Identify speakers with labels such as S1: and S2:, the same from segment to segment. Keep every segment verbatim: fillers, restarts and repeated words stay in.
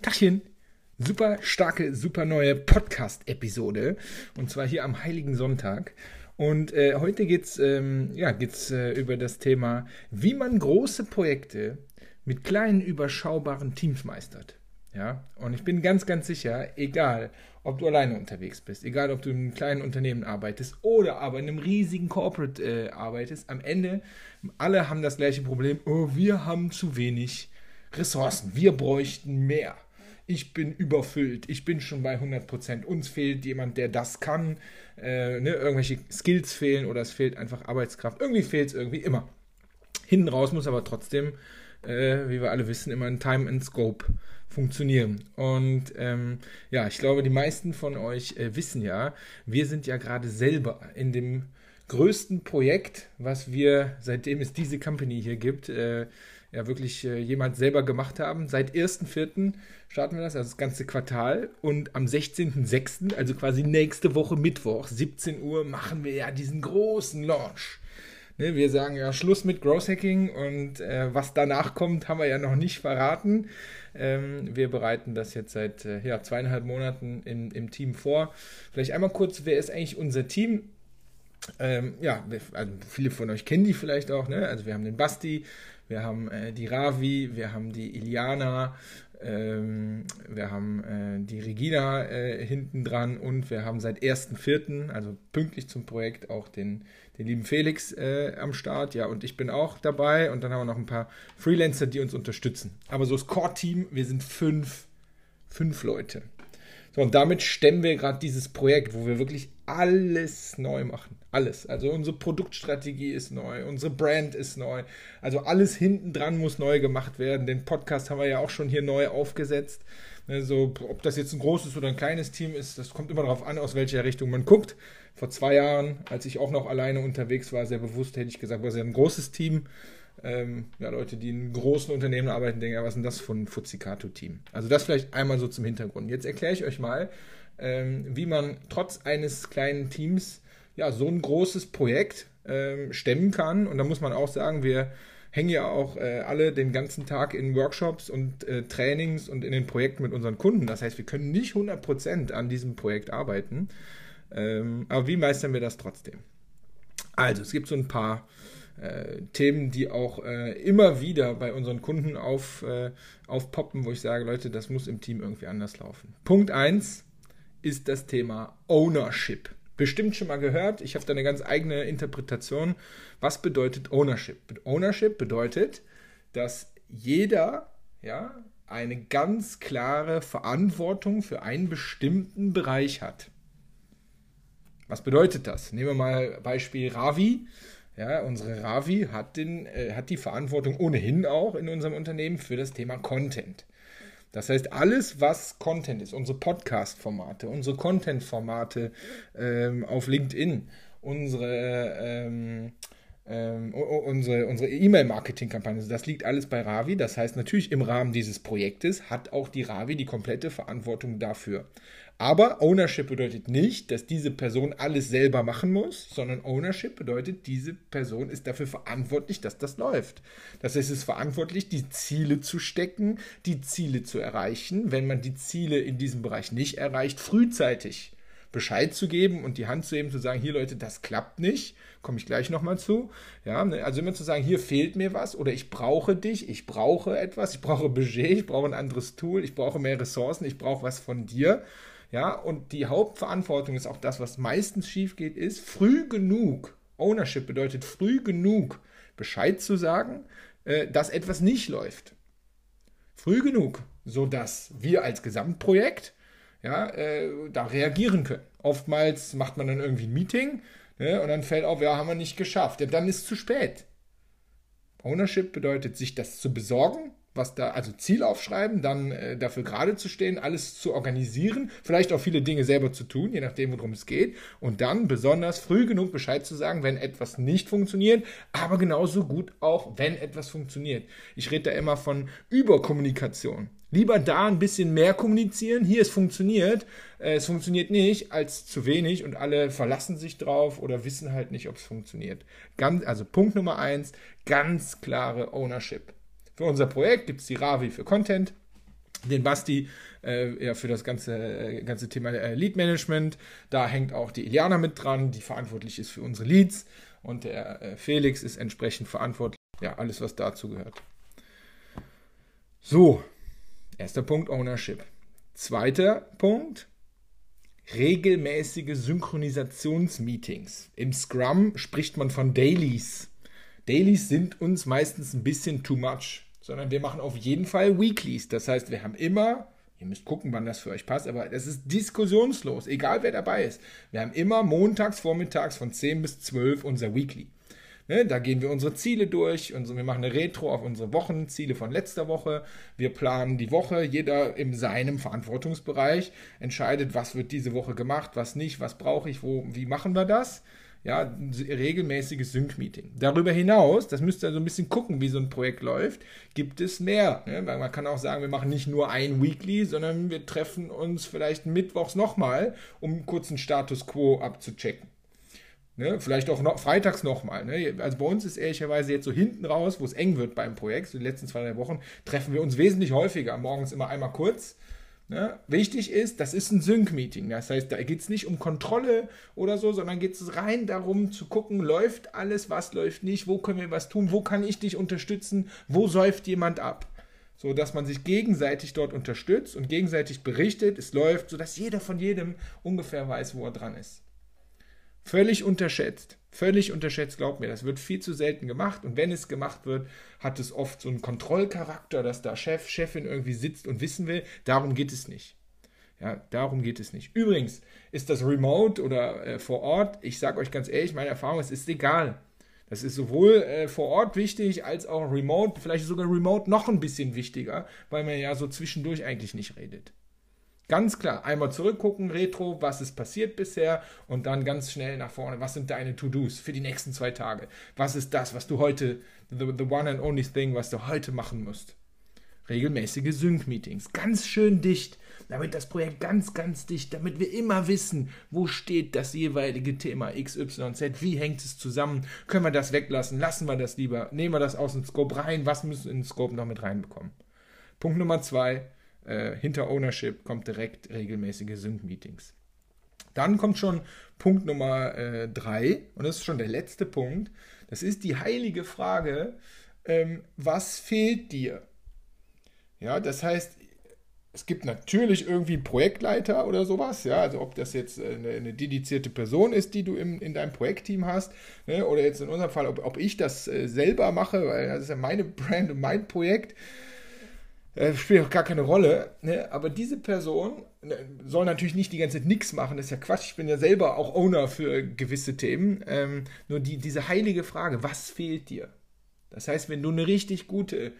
S1: Tachchen, super starke, super neue Podcast-Episode und zwar hier am Heiligen Sonntag. Und äh, heute geht es ähm, ja, geht's, äh, über das Thema, wie man große Projekte mit kleinen, überschaubaren Teams meistert. Ja? Und ich bin ganz, ganz sicher, egal, ob du alleine unterwegs bist, egal, ob du in einem kleinen Unternehmen arbeitest oder aber in einem riesigen Corporate äh, arbeitest, am Ende, alle haben das gleiche Problem, oh, wir haben zu wenig Ressourcen, wir bräuchten mehr. Ich bin überfüllt, ich bin schon bei hundert Prozent, uns fehlt jemand, der das kann, äh, ne, irgendwelche Skills fehlen oder es fehlt einfach Arbeitskraft, irgendwie fehlt es irgendwie immer. Hinten raus muss aber trotzdem, äh, wie wir alle wissen, immer ein Time and Scope funktionieren. Und ähm, ja, ich glaube, die meisten von euch äh, wissen ja, wir sind ja gerade selber in dem größten Projekt, was wir, seitdem es diese Company hier gibt, äh, ja wirklich äh, jemand selber gemacht haben. Seit ersten vierten starten wir das, also das ganze Quartal. Und am sechzehnten sechsten, also quasi nächste Woche Mittwoch, siebzehn Uhr, machen wir ja diesen großen Launch. Ne, wir sagen ja Schluss mit Growth Hacking und äh, was danach kommt, haben wir ja noch nicht verraten. Ähm, wir bereiten das jetzt seit äh, ja, zweieinhalb Monaten im, im Team vor. Vielleicht einmal kurz, wer ist eigentlich unser Team? Ähm, ja, also viele von euch kennen die vielleicht auch, ne? Also wir haben den Basti, wir haben äh, die Ravi, wir haben die Iliana, ähm, wir haben äh, die Regina äh, hinten dran und wir haben seit ersten vierten, also pünktlich zum Projekt, auch den, den lieben Felix äh, am Start. Ja, und ich bin auch dabei und dann haben wir noch ein paar Freelancer, die uns unterstützen. Aber so das Core-Team, wir sind fünf, fünf Leute. So, und damit stemmen wir gerade dieses Projekt, wo wir wirklich alles neu machen. Alles. Also unsere Produktstrategie ist neu, unsere Brand ist neu. Also alles hinten dran muss neu gemacht werden. Den Podcast haben wir ja auch schon hier neu aufgesetzt. Also, ob das jetzt ein großes oder ein kleines Team ist, das kommt immer darauf an, aus welcher Richtung man guckt. Vor zwei Jahren, als ich auch noch alleine unterwegs war, sehr bewusst, hätte ich gesagt, war sehr ein großes Team. Ähm, ja, Leute, die in großen Unternehmen arbeiten, denken, ja, was ist denn das für ein Fuzikato-Team? Also das vielleicht einmal so zum Hintergrund. Jetzt erkläre ich euch mal, ähm, wie man trotz eines kleinen Teams ja so ein großes Projekt ähm, stemmen kann. Und da muss man auch sagen, wir hängen ja auch äh, alle den ganzen Tag in Workshops und äh, Trainings und in den Projekten mit unseren Kunden. Das heißt, wir können nicht hundert Prozent an diesem Projekt arbeiten. Ähm, aber wie meistern wir das trotzdem? Also, es gibt so ein paar Äh, Themen, die auch äh, immer wieder bei unseren Kunden auf, äh, aufpoppen, wo ich sage, Leute, das muss im Team irgendwie anders laufen. Punkt eins ist das Thema Ownership. Bestimmt schon mal gehört, ich habe da eine ganz eigene Interpretation. Was bedeutet Ownership? Ownership bedeutet, dass jeder ja, eine ganz klare Verantwortung für einen bestimmten Bereich hat. Was bedeutet das? Nehmen wir mal Beispiel Ravi. Ja, unsere Ravi hat, den, äh, hat die Verantwortung ohnehin auch in unserem Unternehmen für das Thema Content. Das heißt, alles, was Content ist, unsere Podcast-Formate, unsere Content-Formate ähm, auf LinkedIn, unsere, ähm, ähm, unsere, unsere E-Mail-Marketing-Kampagne, das liegt alles bei Ravi. Das heißt, natürlich im Rahmen dieses Projektes hat auch die Ravi die komplette Verantwortung dafür. Aber Ownership bedeutet nicht, dass diese Person alles selber machen muss, sondern Ownership bedeutet, diese Person ist dafür verantwortlich, dass das läuft. Das heißt, es ist verantwortlich, die Ziele zu stecken, die Ziele zu erreichen. Wenn man die Ziele in diesem Bereich nicht erreicht, frühzeitig Bescheid zu geben und die Hand zu heben, zu sagen, hier Leute, das klappt nicht, komme ich gleich nochmal zu. Ja, also immer zu sagen, hier fehlt mir was oder ich brauche dich, ich brauche etwas, ich brauche Budget, ich brauche ein anderes Tool, ich brauche mehr Ressourcen, ich brauche was von dir. Ja, und die Hauptverantwortung ist auch das, was meistens schief geht, ist früh genug, Ownership bedeutet früh genug Bescheid zu sagen, äh, dass etwas nicht läuft. Früh genug, sodass wir als Gesamtprojekt ja, äh, da reagieren können. Oftmals macht man dann irgendwie ein Meeting, ne, und dann fällt auf, ja, haben wir nicht geschafft. Ja, dann ist es zu spät. Ownership bedeutet, sich das zu besorgen, was da, also Ziel aufschreiben, dann äh, dafür gerade zu stehen, alles zu organisieren, vielleicht auch viele Dinge selber zu tun, je nachdem, worum es geht, und dann besonders früh genug Bescheid zu sagen, wenn etwas nicht funktioniert, aber genauso gut auch, wenn etwas funktioniert. Ich rede da immer von Überkommunikation. Lieber da ein bisschen mehr kommunizieren, hier es funktioniert, äh, es funktioniert nicht, als zu wenig und alle verlassen sich drauf oder wissen halt nicht, ob es funktioniert. Ganz, also Punkt Nummer eins, ganz klare Ownership. Für unser Projekt gibt es die Ravi für Content. den Basti äh, ja, für das ganze, äh, ganze Thema äh, Lead-Management. Da hängt auch die Iliana mit dran, die verantwortlich ist für unsere Leads. Und der äh, Felix ist entsprechend verantwortlich. Ja, alles, was dazu gehört. So, erster Punkt, Ownership. Zweiter Punkt, regelmäßige Synchronisationsmeetings. Im Scrum spricht man von Dailies. Dailies sind uns meistens ein bisschen too much, sondern wir machen auf jeden Fall Weeklies. Das heißt, wir haben immer, ihr müsst gucken, wann das für euch passt, aber es ist diskussionslos, egal wer dabei ist. Wir haben immer montags, vormittags von zehn bis zwölf unser Weekly. Ne, da gehen wir unsere Ziele durch, und wir machen eine Retro auf unsere Wochenziele von letzter Woche. Wir planen die Woche, jeder in seinem Verantwortungsbereich entscheidet, was wird diese Woche gemacht, was nicht, was brauche ich, wo, wie machen wir das. Ja, ein regelmäßiges Sync-Meeting. Darüber hinaus, das müsst ihr so ein bisschen gucken, wie so ein Projekt läuft, gibt es mehr. Ne? Weil man kann auch sagen, wir machen nicht nur ein Weekly, sondern wir treffen uns vielleicht mittwochs nochmal, um kurz einen Status Quo abzuchecken. Ne, vielleicht auch noch, freitags nochmal. Ne? Also bei uns ist ehrlicherweise jetzt so hinten raus, wo es eng wird beim Projekt, so die letzten zwei, drei Wochen, treffen wir uns wesentlich häufiger. Morgens immer einmal kurz. Ne? Wichtig ist, das ist ein Sync-Meeting. Das heißt, da geht es nicht um Kontrolle oder so, sondern geht es rein darum zu gucken, läuft alles, was läuft nicht, wo können wir was tun, wo kann ich dich unterstützen, wo säuft jemand ab. So dass man sich gegenseitig dort unterstützt und gegenseitig berichtet, es läuft, sodass jeder von jedem ungefähr weiß, wo er dran ist. Völlig unterschätzt. Völlig unterschätzt, glaubt mir. Das wird viel zu selten gemacht. Und wenn es gemacht wird, hat es oft so einen Kontrollcharakter, dass da Chef, Chefin irgendwie sitzt und wissen will. Darum geht es nicht. Ja, darum geht es nicht. Übrigens ist das remote oder äh, vor Ort, ich sage euch ganz ehrlich, meine Erfahrung ist, es ist egal. Das ist sowohl äh, vor Ort wichtig, als auch remote, vielleicht sogar remote noch ein bisschen wichtiger, weil man ja so zwischendurch eigentlich nicht redet. Ganz klar, einmal zurückgucken, Retro, was ist passiert bisher, und dann ganz schnell nach vorne, was sind deine To-Dos für die nächsten zwei Tage? Was ist das, was du heute, the, the one and only thing, was du heute machen musst? Regelmäßige Sync-Meetings, ganz schön dicht, damit das Projekt ganz, ganz dicht, damit wir immer wissen, wo steht das jeweilige Thema X Y Z, wie hängt es zusammen, können wir das weglassen, lassen wir das lieber, nehmen wir das aus dem Scope rein, was müssen wir in den Scope noch mit reinbekommen? Punkt Nummer zwei, Äh, hinter Ownership kommt direkt regelmäßige Sync-Meetings. Dann kommt schon Punkt Nummer äh, drei, und das ist schon der letzte Punkt. Das ist die heilige Frage, ähm, was fehlt dir? Ja, das heißt, es gibt natürlich irgendwie einen Projektleiter oder sowas, ja, also ob das jetzt eine, eine dedizierte Person ist, die du im, in deinem Projektteam hast, ne, oder jetzt in unserem Fall, ob, ob ich das äh, selber mache, weil das ist ja meine Brand und mein Projekt. Äh, spielt auch gar keine Rolle, ne? Aber diese Person ne, soll natürlich nicht die ganze Zeit nichts machen, das ist ja Quatsch, ich bin ja selber auch Owner für gewisse Themen, ähm, nur die, diese heilige Frage, was fehlt dir? Das heißt, wenn du eine richtig gute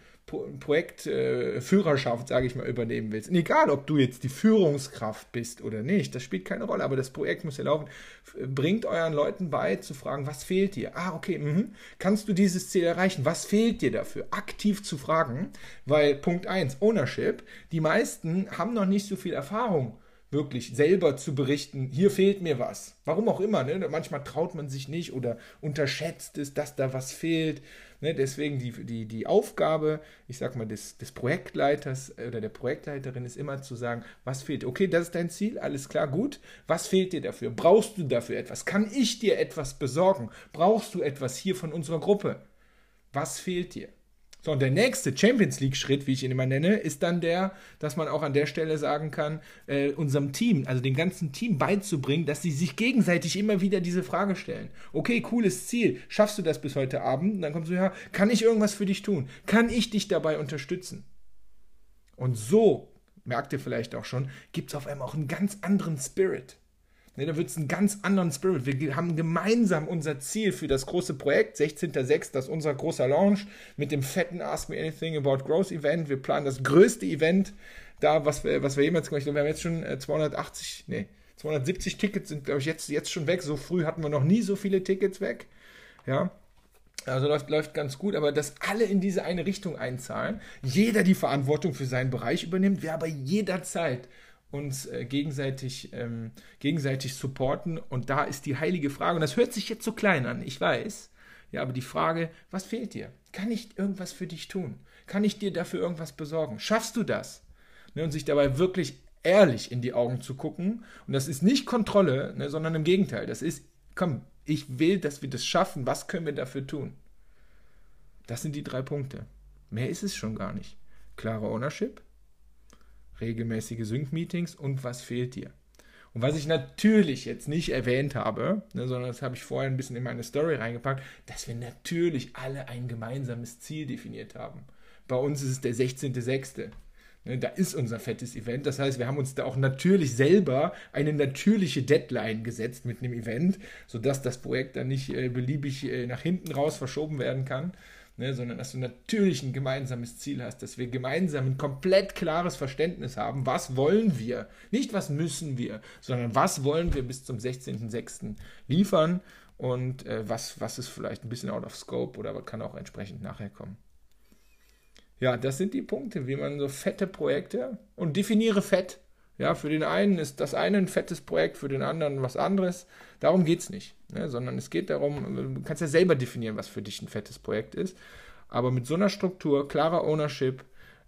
S1: Projektführerschaft, äh, sage ich mal, übernehmen willst, und egal, ob du jetzt die Führungskraft bist oder nicht, das spielt keine Rolle, aber das Projekt muss ja laufen, bringt euren Leuten bei, zu fragen, was fehlt dir? Ah, okay, mh. Kannst du dieses Ziel erreichen? Was fehlt dir dafür? Aktiv zu fragen, weil Punkt eins, Ownership, die meisten haben noch nicht so viel Erfahrung, wirklich selber zu berichten, hier fehlt mir was. Warum auch immer, ne? Manchmal traut man sich nicht oder unterschätzt es, dass da was fehlt. Ne? Deswegen die, die, die Aufgabe, ich sag mal, des, des Projektleiters oder der Projektleiterin ist immer zu sagen, was fehlt? Okay, das ist dein Ziel, alles klar, gut. Was fehlt dir dafür? Brauchst du dafür etwas? Kann ich dir etwas besorgen? Brauchst du etwas hier von unserer Gruppe? Was fehlt dir? So, und der nächste Champions League-Schritt, wie ich ihn immer nenne, ist dann der, dass man auch an der Stelle sagen kann, äh, unserem Team, also dem ganzen Team beizubringen, dass sie sich gegenseitig immer wieder diese Frage stellen. Okay, cooles Ziel, schaffst du das bis heute Abend? Und dann kommst du, ja, kann ich irgendwas für dich tun? Kann ich dich dabei unterstützen? Und so, merkt ihr vielleicht auch schon, gibt es auf einmal auch einen ganz anderen Spirit. Ne, da wird es einen ganz anderen Spirit. Wir haben gemeinsam unser Ziel für das große Projekt, sechzehnter sechster, das ist unser großer Launch mit dem fetten Ask Me Anything About Growth Event. Wir planen das größte Event da, was wir, was wir jemals gemacht haben. Wir haben jetzt schon zweihundertachtzig, nee, zweihundertsiebzig Tickets sind, glaube ich, jetzt, jetzt schon weg. So früh hatten wir noch nie so viele Tickets weg. Ja, also läuft, läuft ganz gut, aber dass alle in diese eine Richtung einzahlen, jeder die Verantwortung für seinen Bereich übernimmt, wir aber jederzeit uns äh, gegenseitig, ähm, gegenseitig supporten, und da ist die heilige Frage, und das hört sich jetzt so klein an, ich weiß, ja, aber die Frage, was fehlt dir? Kann ich irgendwas für dich tun? Kann ich dir dafür irgendwas besorgen? Schaffst du das? ne, und sich dabei wirklich ehrlich in die Augen zu gucken. Und das ist nicht Kontrolle, ne, sondern im Gegenteil. Das ist, komm, ich will, dass wir das schaffen. Was können wir dafür tun? Das sind die drei Punkte. Mehr ist es schon gar nicht. Klare Ownership, regelmäßige Sync-Meetings und was fehlt dir? Und was ich natürlich jetzt nicht erwähnt habe, ne, sondern das habe ich vorher ein bisschen in meine Story reingepackt, dass wir natürlich alle ein gemeinsames Ziel definiert haben. Bei uns ist es der sechzehnter sechste Ne, da ist unser fettes Event. Das heißt, wir haben uns da auch natürlich selber eine natürliche Deadline gesetzt mit einem Event, sodass das Projekt dann nicht äh, beliebig äh, nach hinten raus verschoben werden kann. Ne, sondern dass du natürlich ein gemeinsames Ziel hast, dass wir gemeinsam ein komplett klares Verständnis haben, was wollen wir, nicht was müssen wir, sondern was wollen wir bis zum sechzehnter sechsten liefern und äh, was, was ist vielleicht ein bisschen out of scope oder kann auch entsprechend nachher kommen. Ja, das sind die Punkte, wie man so fette Projekte und definiere fett. Ja, für den einen ist das eine ein fettes Projekt, für den anderen was anderes. Darum geht es nicht, ne? Sondern es geht darum, du kannst ja selber definieren, was für dich ein fettes Projekt ist. Aber mit so einer Struktur, klarer Ownership,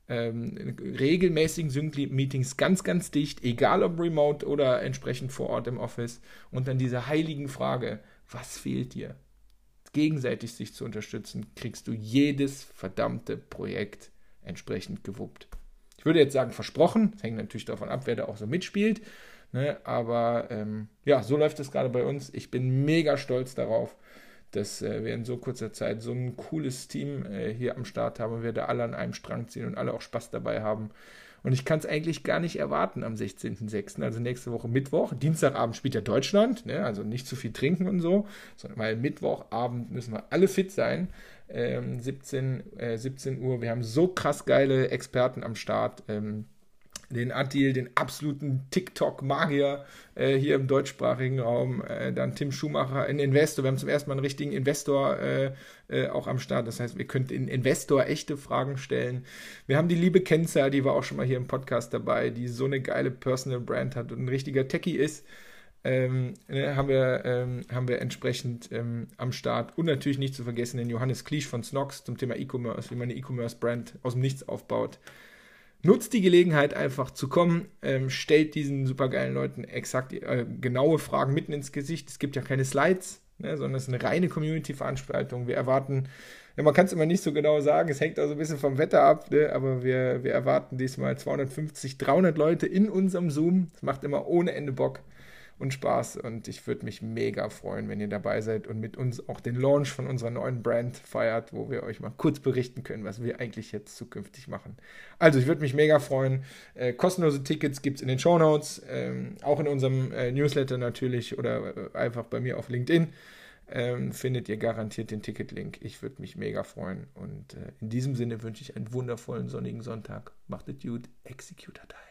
S1: ähm, regelmäßigen Sync-Meetings ganz, ganz dicht, egal ob remote oder entsprechend vor Ort im Office. Und dann diese heiligen Frage, was fehlt dir? Gegenseitig sich zu unterstützen, kriegst du jedes verdammte Projekt entsprechend gewuppt. Ich würde jetzt sagen, versprochen. Das hängt natürlich davon ab, wer da auch so mitspielt. Ne? Aber ähm, ja, so läuft es gerade bei uns. Ich bin mega stolz darauf, dass äh, wir in so kurzer Zeit so ein cooles Team äh, hier am Start haben und wir da alle an einem Strang ziehen und alle auch Spaß dabei haben. Und ich kann es eigentlich gar nicht erwarten am sechzehnter sechsten, also nächste Woche Mittwoch. Dienstagabend spielt ja Deutschland, ne? Also nicht zu viel trinken und so, sondern weil Mittwochabend müssen wir alle fit sein. Ähm, siebzehn, äh, siebzehn Uhr, wir haben so krass geile Experten am Start. Ähm, den Adil, den absoluten TikTok-Magier äh, hier im deutschsprachigen Raum, äh, dann Tim Schumacher, ein Investor, wir haben zum ersten Mal einen richtigen Investor äh, äh, auch am Start, das heißt, wir können den Investor echte Fragen stellen. Wir haben die liebe Kenza, die war auch schon mal hier im Podcast dabei, die so eine geile Personal Brand hat und ein richtiger Techie ist, ähm, ne, haben, wir, ähm, haben wir entsprechend ähm, am Start und natürlich nicht zu vergessen den Johannes Kliesch von Snox zum Thema E-Commerce, wie man eine E-Commerce-Brand aus dem Nichts aufbaut. Nutzt die Gelegenheit einfach zu kommen, ähm, stellt diesen supergeilen Leuten exakt äh, genaue Fragen mitten ins Gesicht. Es gibt ja keine Slides, ne, sondern es ist eine reine Community-Veranstaltung. Wir erwarten, ja, man kann es immer nicht so genau sagen, es hängt auch so ein bisschen vom Wetter ab, ne, aber wir, wir erwarten diesmal zweihundertfünfzig, dreihundert Leute in unserem Zoom. Das macht immer ohne Ende Bock und Spaß und ich würde mich mega freuen, wenn ihr dabei seid und mit uns auch den Launch von unserer neuen Brand feiert, wo wir euch mal kurz berichten können, was wir eigentlich jetzt zukünftig machen. Also ich würde mich mega freuen. Äh, kostenlose Tickets gibt es in den Shownotes, ähm, auch in unserem äh, Newsletter natürlich oder äh, einfach bei mir auf LinkedIn. Ähm, findet ihr garantiert den Ticketlink. Ich würde mich mega freuen und äh, in diesem Sinne wünsche ich einen wundervollen sonnigen Sonntag. Macht es gut, Executor Time.